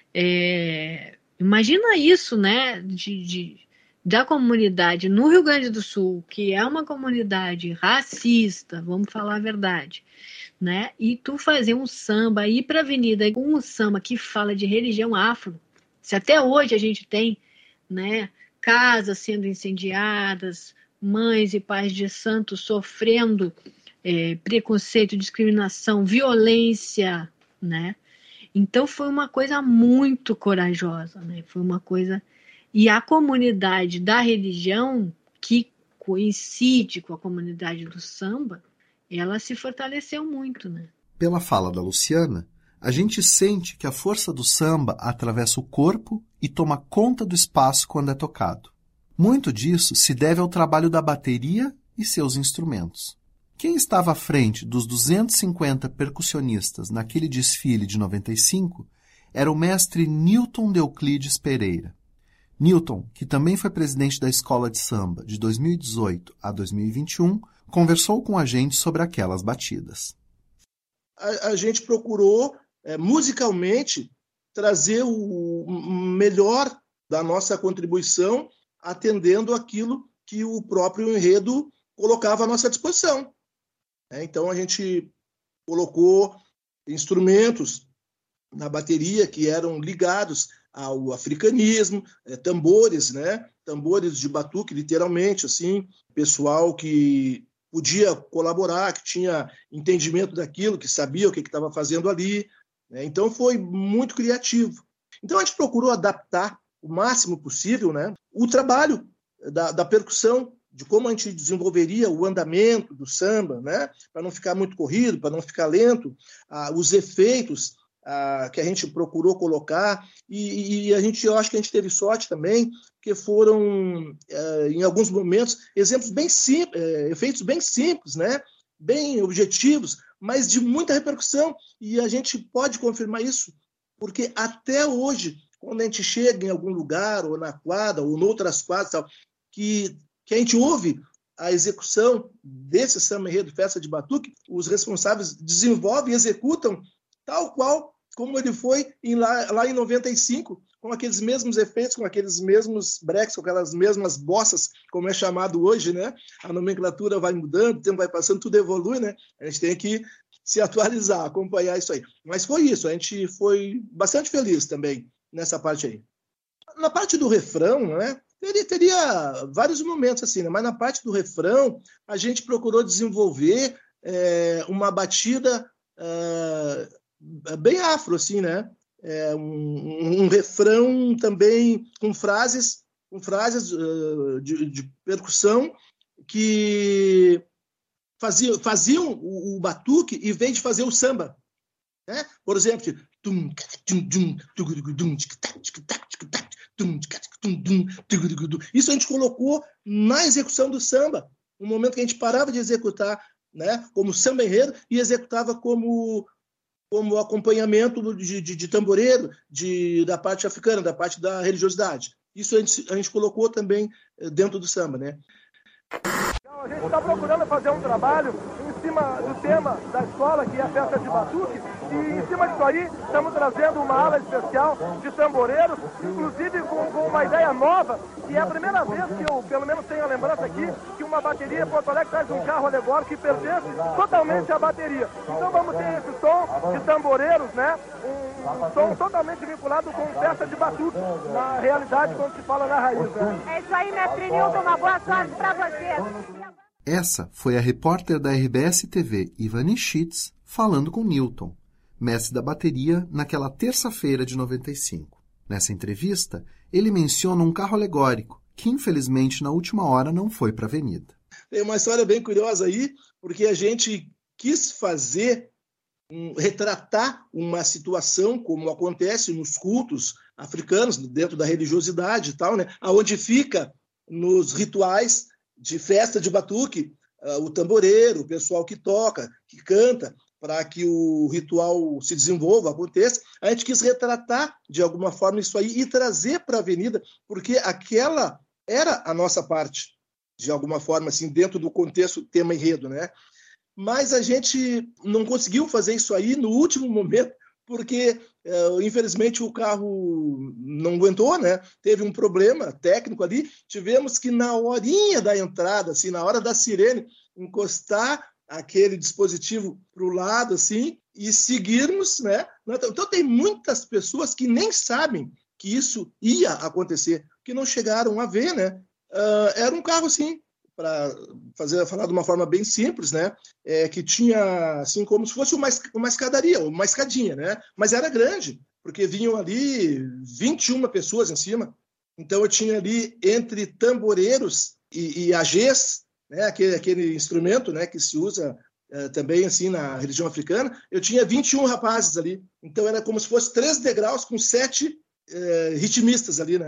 é, imagina isso, né? De... de da comunidade no Rio Grande do Sul, que é uma comunidade racista, vamos falar a verdade, né? E tu fazer um samba, ir para a avenida com um samba que fala de religião afro, se até hoje a gente tem, né, casas sendo incendiadas, mães e pais de santos sofrendo é, preconceito, discriminação, violência, né? Então foi uma coisa muito corajosa, né? Foi uma coisa... E a comunidade da religião, que coincide com a comunidade do samba, ela se fortaleceu muito, né? Pela fala da Luciana, a gente sente que a força do samba atravessa o corpo e toma conta do espaço quando é tocado. Muito disso se deve ao trabalho da bateria e seus instrumentos. Quem estava à frente dos duzentos e cinquenta percussionistas naquele desfile de noventa e cinco era o mestre Newton de Euclides Pereira. Newton, que também foi presidente da Escola de Samba de dois mil e dezoito a dois mil e vinte e um, conversou com a gente sobre aquelas batidas. A, a gente procurou, é, musicalmente, trazer o melhor da nossa contribuição, atendendo aquilo que o próprio enredo colocava à nossa disposição. Então, a gente colocou instrumentos na bateria que eram ligados ao africanismo, é, tambores, né? tambores de batuque, literalmente, assim, pessoal que podia colaborar, que tinha entendimento daquilo, que sabia o que estava fazendo ali. Né? Então, foi muito criativo. Então, a gente procurou adaptar o máximo possível, né, o trabalho da, da percussão, de como a gente desenvolveria o andamento do samba, né, para não ficar muito corrido, para não ficar lento, ah, os efeitos ah, que a gente procurou colocar, e, e a gente, eu acho que a gente teve sorte também, porque foram, eh, em alguns momentos, exemplos bem simples, eh, efeitos bem simples, né, bem objetivos, mas de muita repercussão, e a gente pode confirmar isso, porque até hoje, quando a gente chega em algum lugar, ou na quadra, ou em outras quadras, tal, que, que a gente ouve a execução desse samba enredo, festa de batuque, os responsáveis desenvolvem e executam tal qual como ele foi em lá, lá em noventa e cinco, com aqueles mesmos efeitos, com aqueles mesmos breaks, com aquelas mesmas bossas, como é chamado hoje, né? A nomenclatura vai mudando, o tempo vai passando, tudo evolui, né? A gente tem que se atualizar, acompanhar isso aí. Mas foi isso, a gente foi bastante feliz também nessa parte aí. Na parte do refrão, né, teria, teria vários momentos assim, né, mas na parte do refrão a gente procurou desenvolver é, uma batida é, bem afro, assim, né, é, um, um refrão também com frases, com frases uh, de, de percussão que faziam, faziam o, o batuque em vez de fazer o samba. Né? Por exemplo, isso a gente colocou na execução do samba, um momento que a gente parava de executar, né, como samba enredo e executava como, como acompanhamento de, de, de tamboreiro de, da parte africana, da parte da religiosidade. Isso a gente, a gente colocou também dentro do samba, né? A gente está procurando fazer um trabalho em cima do tema da escola, que é a festa de batuque, e em cima disso aí estamos trazendo uma ala especial de tamboreiros, inclusive com, com uma ideia nova, e é a primeira vez que eu, pelo menos, tenho a lembrança aqui, que uma bateria em Porto Alegre traz um carro alegórico que pertence totalmente à bateria. Então vamos ter esse som de tamboreiros, né? Um, um som totalmente vinculado com festa de batuque, na realidade, quando se fala na raiz. Né? É isso aí, mestre Newton, uma boa sorte para você. Essa foi a repórter da R B S T V, Ivani Schitz, falando com Newton, mestre da bateria, naquela terça-feira de noventa e cinco. Nessa entrevista, ele menciona um carro alegórico, que infelizmente na última hora não foi para a avenida. Tem uma história bem curiosa aí, porque a gente quis fazer, um, retratar uma situação como acontece nos cultos africanos, dentro da religiosidade e tal, né, onde fica nos rituais de festa de batuque, uh, o tamboreiro, o pessoal que toca, que canta, para que o ritual se desenvolva, aconteça. A gente quis retratar, de alguma forma, isso aí e trazer para a avenida, porque aquela era a nossa parte, de alguma forma, assim, dentro do contexto tema enredo, né? Mas a gente não conseguiu fazer isso aí no último momento, porque, uh, infelizmente, o carro não aguentou, né? Teve um problema técnico ali. Tivemos que, na horinha da entrada, assim, na hora da sirene, encostar aquele dispositivo para o lado, assim, e seguirmos, né? Então, tem muitas pessoas que nem sabem que isso ia acontecer, que não chegaram a ver, né? Uh, era um carro, assim, para fazer falar de uma forma bem simples, né, é, que tinha assim como se fosse uma, uma escadaria, uma escadinha, né, mas era grande, porque vinham ali vinte e uma pessoas em cima. Então eu tinha ali entre tamboreiros e, e agês, né, aquele, aquele instrumento, né, que se usa é, também assim na religião africana, eu tinha vinte e um rapazes ali. Então era como se fosse três degraus com sete é, ritmistas ali, né.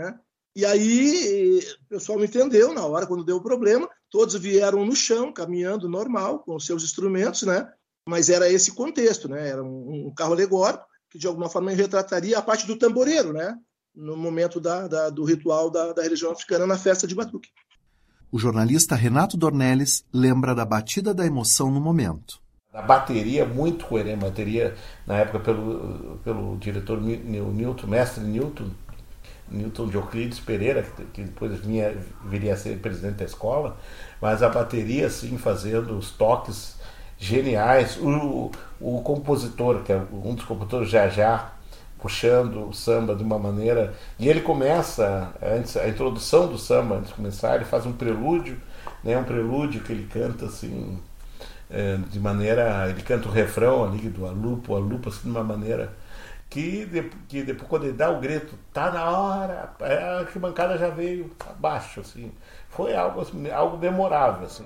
E aí o pessoal me entendeu na hora, quando deu o problema, todos vieram no chão, caminhando normal, com os seus instrumentos, né? Mas era esse contexto, né? Era um, um carro alegórico que de alguma forma retrataria a parte do tamboreiro, né? No momento da, da, do ritual da, da religião africana na festa de batuque. O jornalista Renato Dornelles lembra da batida da emoção no momento. A bateria, muito coerente, bateria na época pelo, pelo diretor Newton, mestre Newton, Newton de Euclides Pereira, que, que depois vinha, viria a ser presidente da escola, mas a bateria, assim, fazendo os toques geniais. O, o compositor, que é um dos compositores, Já Já, puxando o samba de uma maneira... E ele começa, antes, a introdução do samba, antes de começar, ele faz um prelúdio, né, um prelúdio que ele canta, assim, é, de maneira... Ele canta o refrão ali do alupo, alupo, assim, de uma maneira... Que, de, que depois, quando ele dá o grito, tá na hora, a arquibancada já veio abaixo, assim. Foi algo, assim, algo memorável, assim.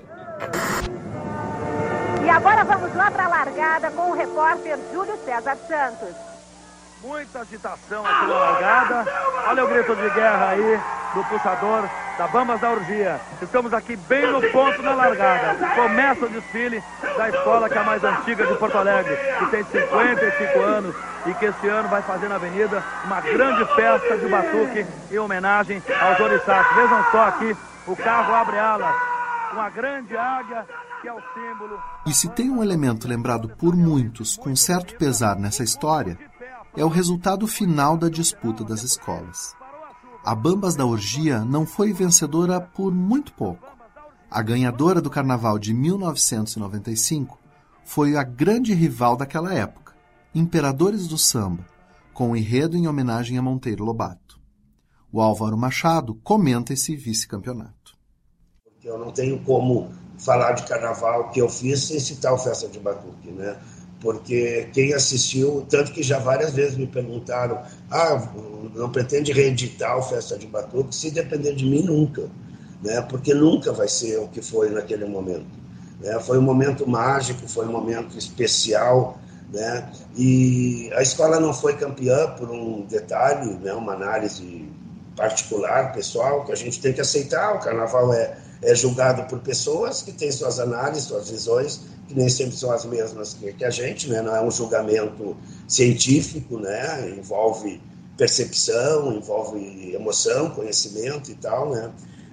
E agora vamos lá para a largada com o repórter Júlio César Santos. Muita agitação aqui na largada. Olha o grito de guerra aí do puxador da Bambas da Orgia. Estamos aqui bem no ponto da largada. Começa o desfile da escola que é a mais antiga de Porto Alegre, que tem cinquenta e cinco anos e que esse ano vai fazer na avenida uma grande festa de batuque em homenagem aos orixás. Vejam só aqui, o carro abre alas, uma grande águia que é o símbolo... E se tem um elemento lembrado por muitos com certo pesar nessa história, é o resultado final da disputa das escolas. A Bambas da Orgia não foi vencedora por muito pouco. A ganhadora do Carnaval de mil novecentos e noventa e cinco foi a grande rival daquela época, Imperadores do Samba, com um enredo em homenagem a Monteiro Lobato. O Álvaro Machado comenta esse vice-campeonato. Eu não tenho como falar de carnaval que eu fiz sem citar o Festa de Batuque, né? Porque quem assistiu, tanto que já várias vezes me perguntaram, ah, não pretende reeditar o Festa de Batuque? Se depender de mim, nunca, né? Porque nunca vai ser o que foi naquele momento, né? Foi um momento mágico, foi um momento especial, né? E a escola não foi campeã por um detalhe, né? Uma análise particular, pessoal, que a gente tem que aceitar. O carnaval é, é julgado por pessoas que têm suas análises, suas visões, que nem sempre são as mesmas que, que a gente, né? Não é um julgamento científico, né? Envolve percepção, envolve emoção, conhecimento e tal, né?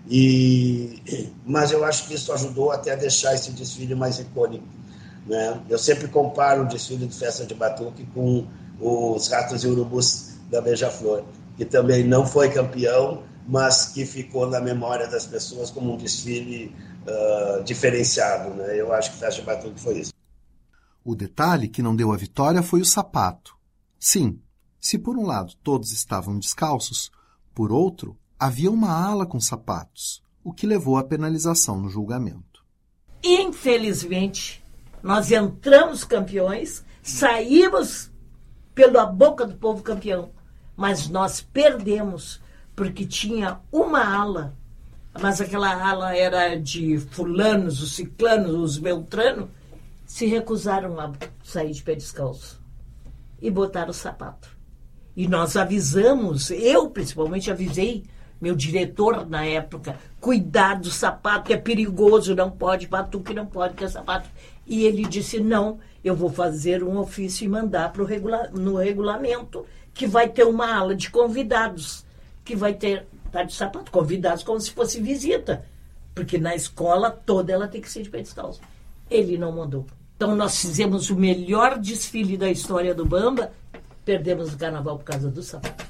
E, mas eu acho que isso ajudou até a deixar esse desfile mais icônico, né? Eu sempre comparo o desfile de Festa de Batuque com os Ratos e Urubus da Beija-Flor, que também não foi campeão, mas que ficou na memória das pessoas como um desfile uh, diferenciado, né? Eu acho que Festa de Batuque foi isso. O detalhe que não deu a vitória foi o sapato. Sim, se por um lado todos estavam descalços, por outro, havia uma ala com sapatos, o que levou à penalização no julgamento. Infelizmente, nós entramos campeões, saímos pela boca do povo campeão, mas nós perdemos porque tinha uma ala, mas aquela ala era de fulanos, os ciclanos, os beltranos, se recusaram a sair de pé descalço e botaram o sapato. E nós avisamos, eu principalmente avisei meu diretor na época, cuidado, do sapato é perigoso, não pode, batuque não pode ter sapato. E ele disse, não, eu vou fazer um ofício e mandar pro regula- no regulamento que vai ter uma ala de convidados, que vai ter, tá de sapato, convidados como se fosse visita, porque na escola toda ela tem que ser de pé descalço. Ele não mandou. Então nós fizemos o melhor desfile da história do Bamba, perdemos o carnaval por causa do sapato.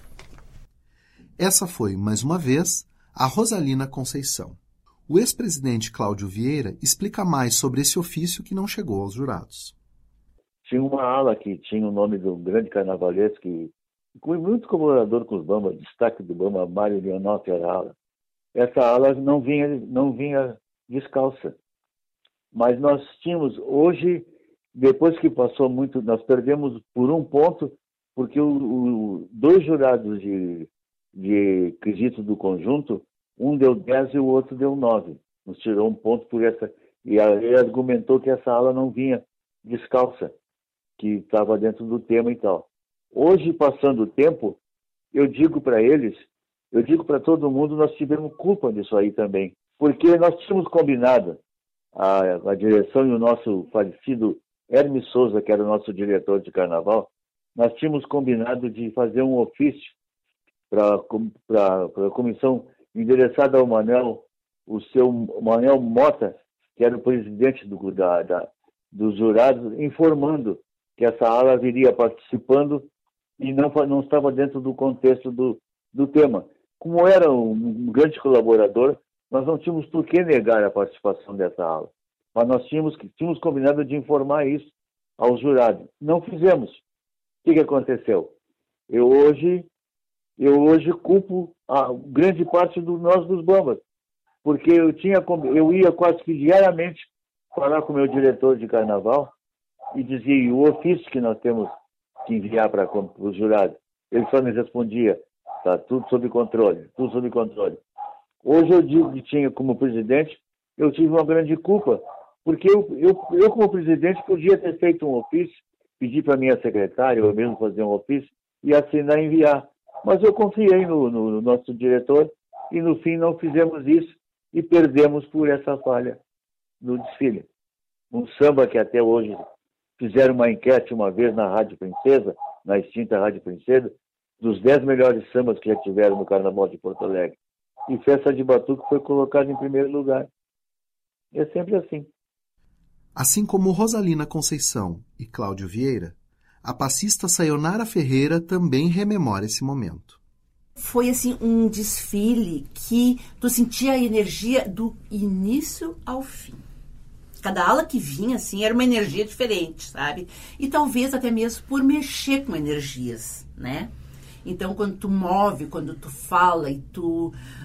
Essa foi, mais uma vez, a Rosalina Conceição. O ex-presidente Cláudio Vieira explica mais sobre esse ofício que não chegou aos jurados. Tinha uma ala que tinha o nome do grande carnavalesco, que foi muito colaborador com os Bamba, destaque do Bamba, Mário Leonel era a ala. Essa ala não vinha, não vinha descalça. Mas nós tínhamos, hoje, depois que passou muito, nós perdemos por um ponto, porque o, o, dois jurados de, de quesito do conjunto, um deu dez e o outro deu nove. Nos tirou um ponto por essa. E ele argumentou que essa ala não vinha descalça, que estava dentro do tema e tal. Hoje, passando o tempo, eu digo para eles Eu digo para todo mundo, nós tivemos culpa disso aí também, porque nós tínhamos combinado, a, a direção e o nosso falecido Hermes Souza, que era o nosso diretor de carnaval, nós tínhamos combinado de fazer um ofício para a comissão endereçada ao Manuel, o seu Manuel Mota, que era o presidente do, da, da, dos jurados, informando que essa ala viria participando e não, não estava dentro do contexto do, do tema. Como era um, um grande colaborador, nós não tínhamos por que negar a participação dessa ala. Mas nós tínhamos, tínhamos combinado de informar isso aos jurados. Não fizemos. O que, que aconteceu? Eu hoje, eu hoje culpo a grande parte do nós dos Bambas, porque eu, tinha, eu ia quase que diariamente falar com o meu diretor de carnaval e dizia, e o ofício que nós temos que enviar para os jurados, ele só me respondia, está tudo sob controle, tudo sob controle. Hoje eu digo que tinha como presidente, eu tive uma grande culpa, porque eu, eu, eu como presidente podia ter feito um ofício, pedir para a minha secretária, ou mesmo fazer um ofício, e assinar e enviar. Mas eu confiei no, no, no nosso diretor, e no fim não fizemos isso, e perdemos por essa falha no desfile. Um samba que até hoje fizeram uma enquete uma vez na Rádio Princesa, na extinta Rádio Princesa, dos dez melhores sambas que já tiveram no Carnaval de Porto Alegre. E Festa de Batuque foi colocada em primeiro lugar. É sempre assim. Assim como Rosalina Conceição e Cláudio Vieira, a passista Sayonara Ferreira também rememora esse momento. Foi assim um desfile que tu sentia a energia do início ao fim. Cada ala que vinha, assim, era uma energia diferente, sabe? E talvez até mesmo por mexer com energias, né? Então, quando tu move, quando tu fala e tu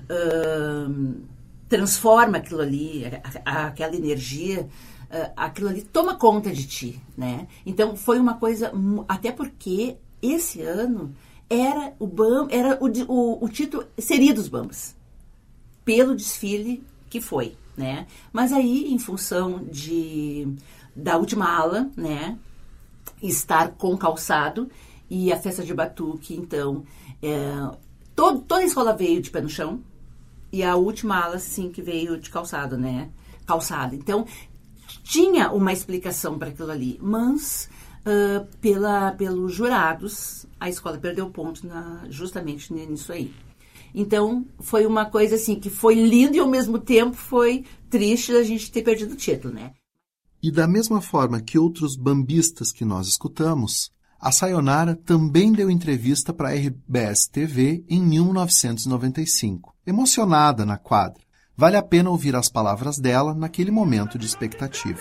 uh, transforma aquilo ali, a, a, aquela energia, uh, aquilo ali toma conta de ti, né? Então, foi uma coisa... Até porque esse ano era o Bam, era o, o, o título seria dos Bambas, pelo desfile que foi, né? Mas aí, em função de, da última ala, né, estar com calçado e a festa de batuque, então, é, todo, toda a escola veio de pé no chão e a última ala, sim, que veio de calçado, né? Calçado. Então, tinha uma explicação para aquilo ali, mas uh, pela, pelos jurados, a escola perdeu ponto na, justamente nisso aí. Então, foi uma coisa assim, que foi lindo e ao mesmo tempo foi triste a gente ter perdido o título, né? E da mesma forma que outros bambistas que nós escutamos, a Sayonara também deu entrevista para a R B S T V em mil novecentos e noventa e cinco, emocionada na quadra. Vale a pena ouvir as palavras dela naquele momento de expectativa.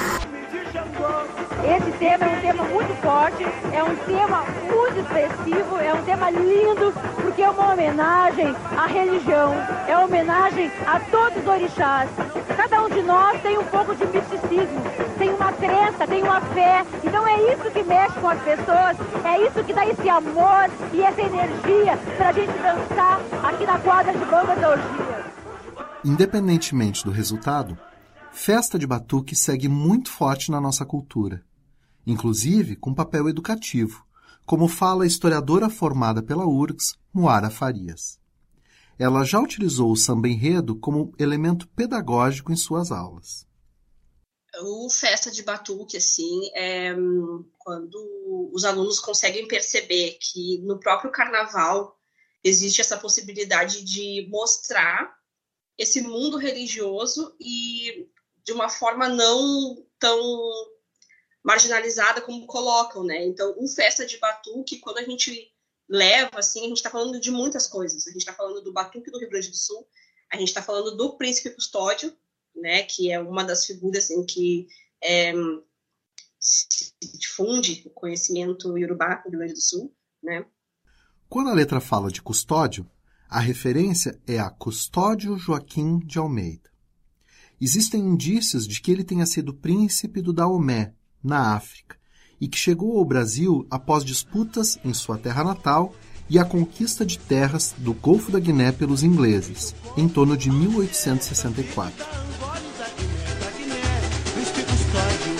Esse tema é um tema muito forte, é um tema muito expressivo, é um tema lindo, porque é uma homenagem à religião, é uma homenagem a todos os orixás. Cada um de nós tem um pouco de misticismo, tem uma crença, tem uma fé, então é isso que mexe com as pessoas, é isso que dá esse amor e essa energia para a gente dançar aqui na quadra de Bambas da Orgia. Independentemente do resultado, Festa de Batuque segue muito forte na nossa cultura, inclusive com papel educativo, como fala a historiadora formada pela U R G S, Moara Farias. Ela já utilizou o samba-enredo como elemento pedagógico em suas aulas. O Festa de Batuque, assim, é quando os alunos conseguem perceber que no próprio carnaval existe essa possibilidade de mostrar esse mundo religioso e de uma forma não tão marginalizada como colocam, né? Então, o Festa de Batuque, quando a gente leva, assim, a gente está falando de muitas coisas. A gente está falando do Batuque do Rio Grande do Sul, a gente está falando do Príncipe Custódio, né? Que é uma das figuras em que é, se difunde o conhecimento iorubá do Rio Grande do Sul, né? Quando a letra fala de custódio, a referência é a Custódio Joaquim de Almeida. Existem indícios de que ele tenha sido príncipe do Daomé, na África, e que chegou ao Brasil após disputas em sua terra natal e a conquista de terras do Golfo da Guiné pelos ingleses, em torno de mil oitocentos e sessenta e quatro.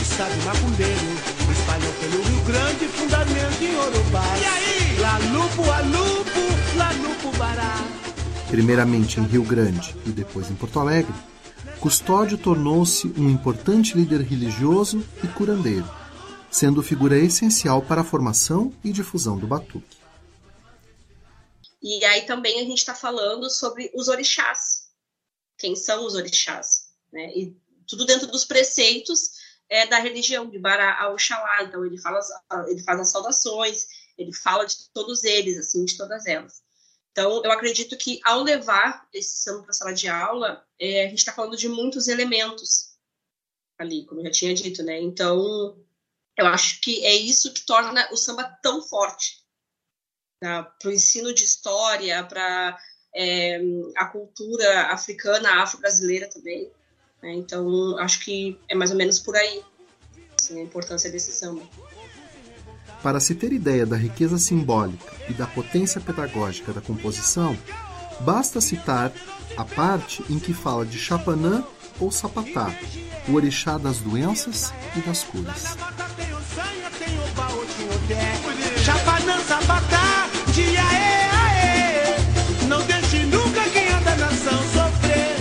velho sabe macumbeiro, espalhou pelo Rio Grande, fundamento em Urubá. E aí? Lá lupo, a lupo, lá lupo, bará. Primeiramente em Rio Grande e depois em Porto Alegre, Custódio tornou-se um importante líder religioso e curandeiro, sendo figura essencial para a formação e difusão do batuque. E aí também a gente está falando sobre os orixás. Quem são os orixás? Né? E tudo dentro dos preceitos é, da religião, de Bará ao Oxalá. Então ele, fala, ele faz as saudações, ele fala de todos eles, assim, de todas elas. Então, eu acredito que, ao levar esse samba para a sala de aula, é, a gente está falando de muitos elementos ali, como eu já tinha dito, né? Então, eu acho que é isso que torna o samba tão forte, tá? Para o ensino de história, para é, a cultura africana, afro-brasileira também, né? Então, acho que é mais ou menos por aí, assim, a importância desse samba. Para se ter ideia da riqueza simbólica e da potência pedagógica da composição, basta citar a parte em que fala de Chapanã ou Sapatá, o orixá das doenças e das curas. Chapanã, Sapatá, dia é, aê, não deixe nunca quem anda na nação sofrer.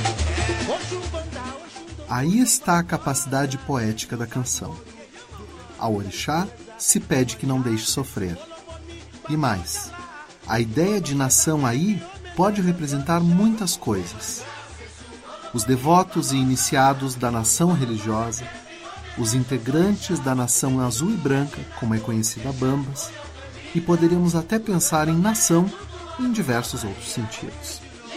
Aí está a capacidade poética da canção. Ao orixá se pede que não deixe sofrer. E mais, a ideia de nação aí pode representar muitas coisas. Os devotos e iniciados da nação religiosa, os integrantes da nação azul e branca, como é conhecida a Bambas, e poderíamos até pensar em nação em diversos outros sentidos.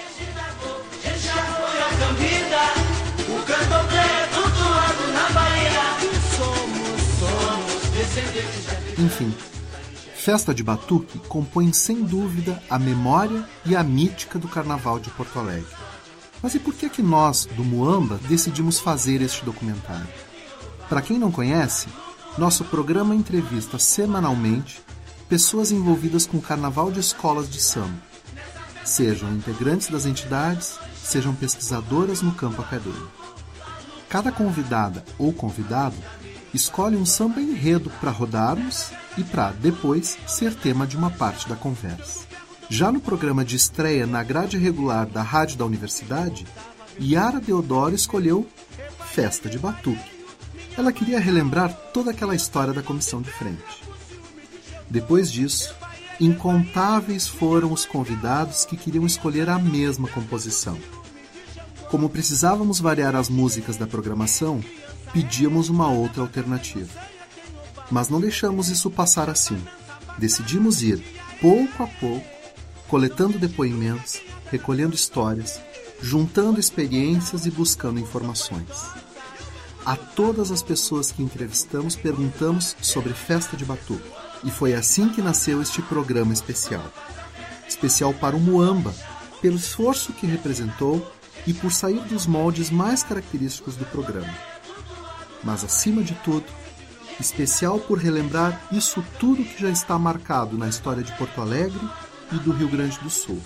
Enfim, Festa de Batuque compõe sem dúvida a memória e a mítica do Carnaval de Porto Alegre. Mas e por que que nós, do Muamba, decidimos fazer este documentário? Para quem não conhece, nosso programa entrevista semanalmente pessoas envolvidas com o Carnaval de escolas de samba, sejam integrantes das entidades, sejam pesquisadoras no campo acadêmico. Cada convidada ou convidado escolhe um samba enredo para rodarmos e para, depois, ser tema de uma parte da conversa. Já no programa de estreia na grade regular da Rádio da Universidade, Yara Deodoro escolheu Festa de Batuque. Ela queria relembrar toda aquela história da comissão de frente. Depois disso, incontáveis foram os convidados que queriam escolher a mesma composição. Como precisávamos variar as músicas da programação, pedíamos uma outra alternativa. Mas não deixamos isso passar assim. Decidimos ir, pouco a pouco, coletando depoimentos, recolhendo histórias, juntando experiências e buscando informações. A todas as pessoas que entrevistamos perguntamos sobre Festa de Batuque. E foi assim que nasceu este programa especial. Especial para o Muamba, pelo esforço que representou e por sair dos moldes mais característicos do programa. Mas, acima de tudo, especial por relembrar isso tudo que já está marcado na história de Porto Alegre e do Rio Grande do Sul.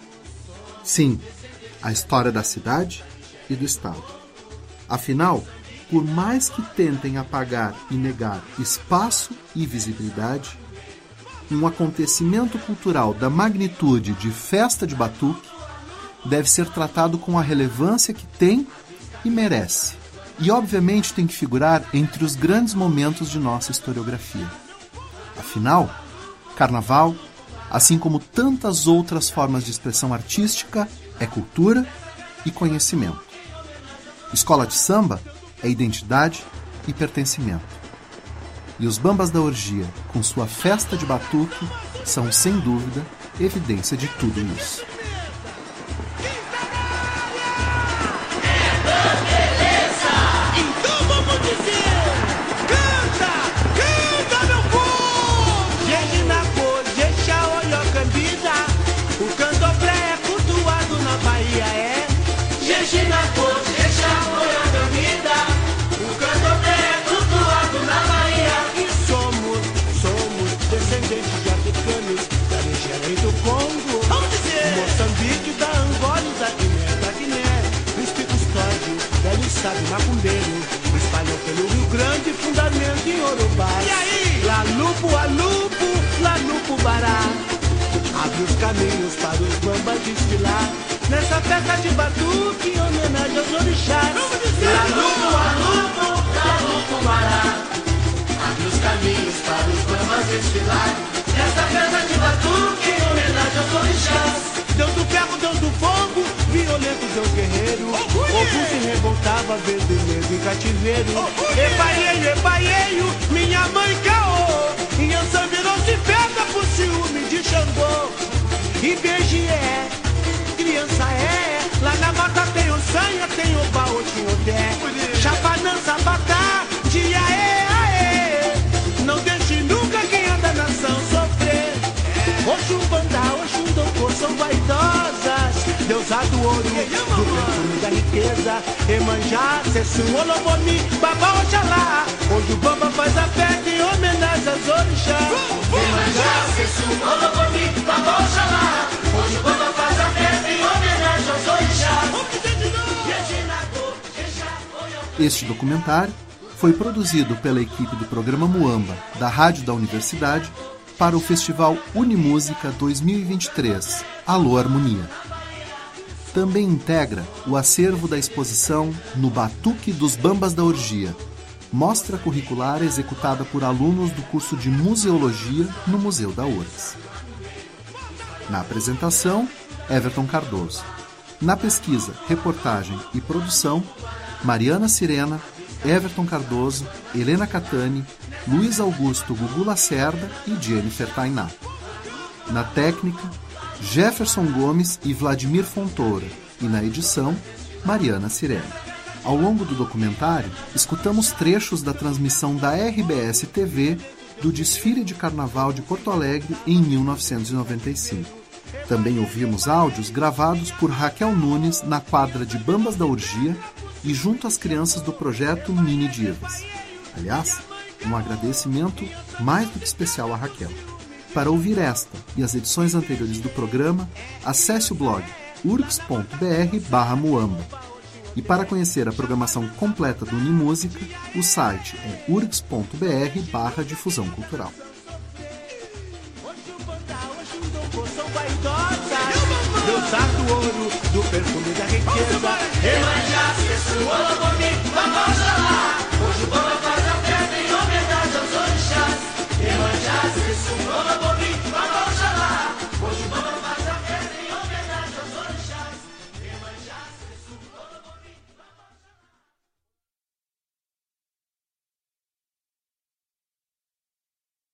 Sim, a história da cidade e do estado. Afinal, por mais que tentem apagar e negar espaço e visibilidade, um acontecimento cultural da magnitude de Festa de Batuque deve ser tratado com a relevância que tem e merece. E, obviamente, tem que figurar entre os grandes momentos de nossa historiografia. Afinal, Carnaval, assim como tantas outras formas de expressão artística, é cultura e conhecimento. Escola de samba é identidade e pertencimento. E os Bambas da Orgia, com sua Festa de Batuque, são, sem dúvida, evidência de tudo isso. Do Congo, Moçambique, da Angola, da Guiné, da Guiné, do Espírito Custódio, velho sabe macumbeiro, espalhou pelo Rio Grande, fundamento em Urubá. E aí? Lá lupo a lupo, lá lupo bará. Abre os caminhos para os bambas desfilar nessa festa de batuque em homenagem aos orixás. Lá lupo a lupo, lá lupo bará. Abre os caminhos para os bambas desfilar nessa festa de batuque em homenagem aos orixás. Deus do ferro, Deus do fogo, violento Deus guerreiro. Ogum se revoltava, vendo medo em cativeiro. Epaieio, epaieio, minha mãe caô. Inhansã virou-se pedra por ciúme de Xangô. E Bejié, criança é. Lá na mata tem Ossanha, tem Obaô, tem Odé. Chapanã, Sabatá, dia é, aê. Não deixe nunca quem anda na ação sofrer. Oxum Bandá, Oxum Dongô são vaidosas. Deusá do ouro, do perfume da riqueza. Emanjá, Sessum, Olobomi, Babá, Oxalá. Hoje o Bamba faz a festa em homenagem aos orixás. Emanjá, Sessum, Olobomi, Babá, Oxalá. Hoje o Bamba faz a festa em homenagem aos orixás. Este documentário foi produzido pela equipe do programa Muamba, da Rádio da Universidade, para o Festival Unimúsica dois mil e vinte e três, Alô Harmonia. Também integra o acervo da exposição No Batuque dos Bambas da Orgia, mostra curricular executada por alunos do curso de Museologia no Museu da U R G S. Na apresentação, Everton Cardoso. Na pesquisa, reportagem e produção, Mariana Sirena, Everton Cardoso, Helena Catani, Luiz Augusto Gugu Lacerda e Jennifer Tainá. Na técnica, Jefferson Gomes e Vladimir Fontoura. E na edição, Mariana Sirena. Ao longo do documentário, escutamos trechos da transmissão da R B S T V do desfile de carnaval de Porto Alegre em mil novecentos e noventa e cinco. Também ouvimos áudios gravados por Raquel Nunes na quadra de Bambas da Orgia e junto às crianças do projeto Mini Divas. Aliás, um agradecimento mais do que especial a Raquel. Para ouvir esta e as edições anteriores do programa, acesse o blog urgs ponto br barra muamba. E para conhecer a programação completa do Unimúsica, o site é urgs ponto br barra difusão cultural. Deusá do ouro, do perfume da riqueza. Emanjá, Sessum, Olobomi, Babá,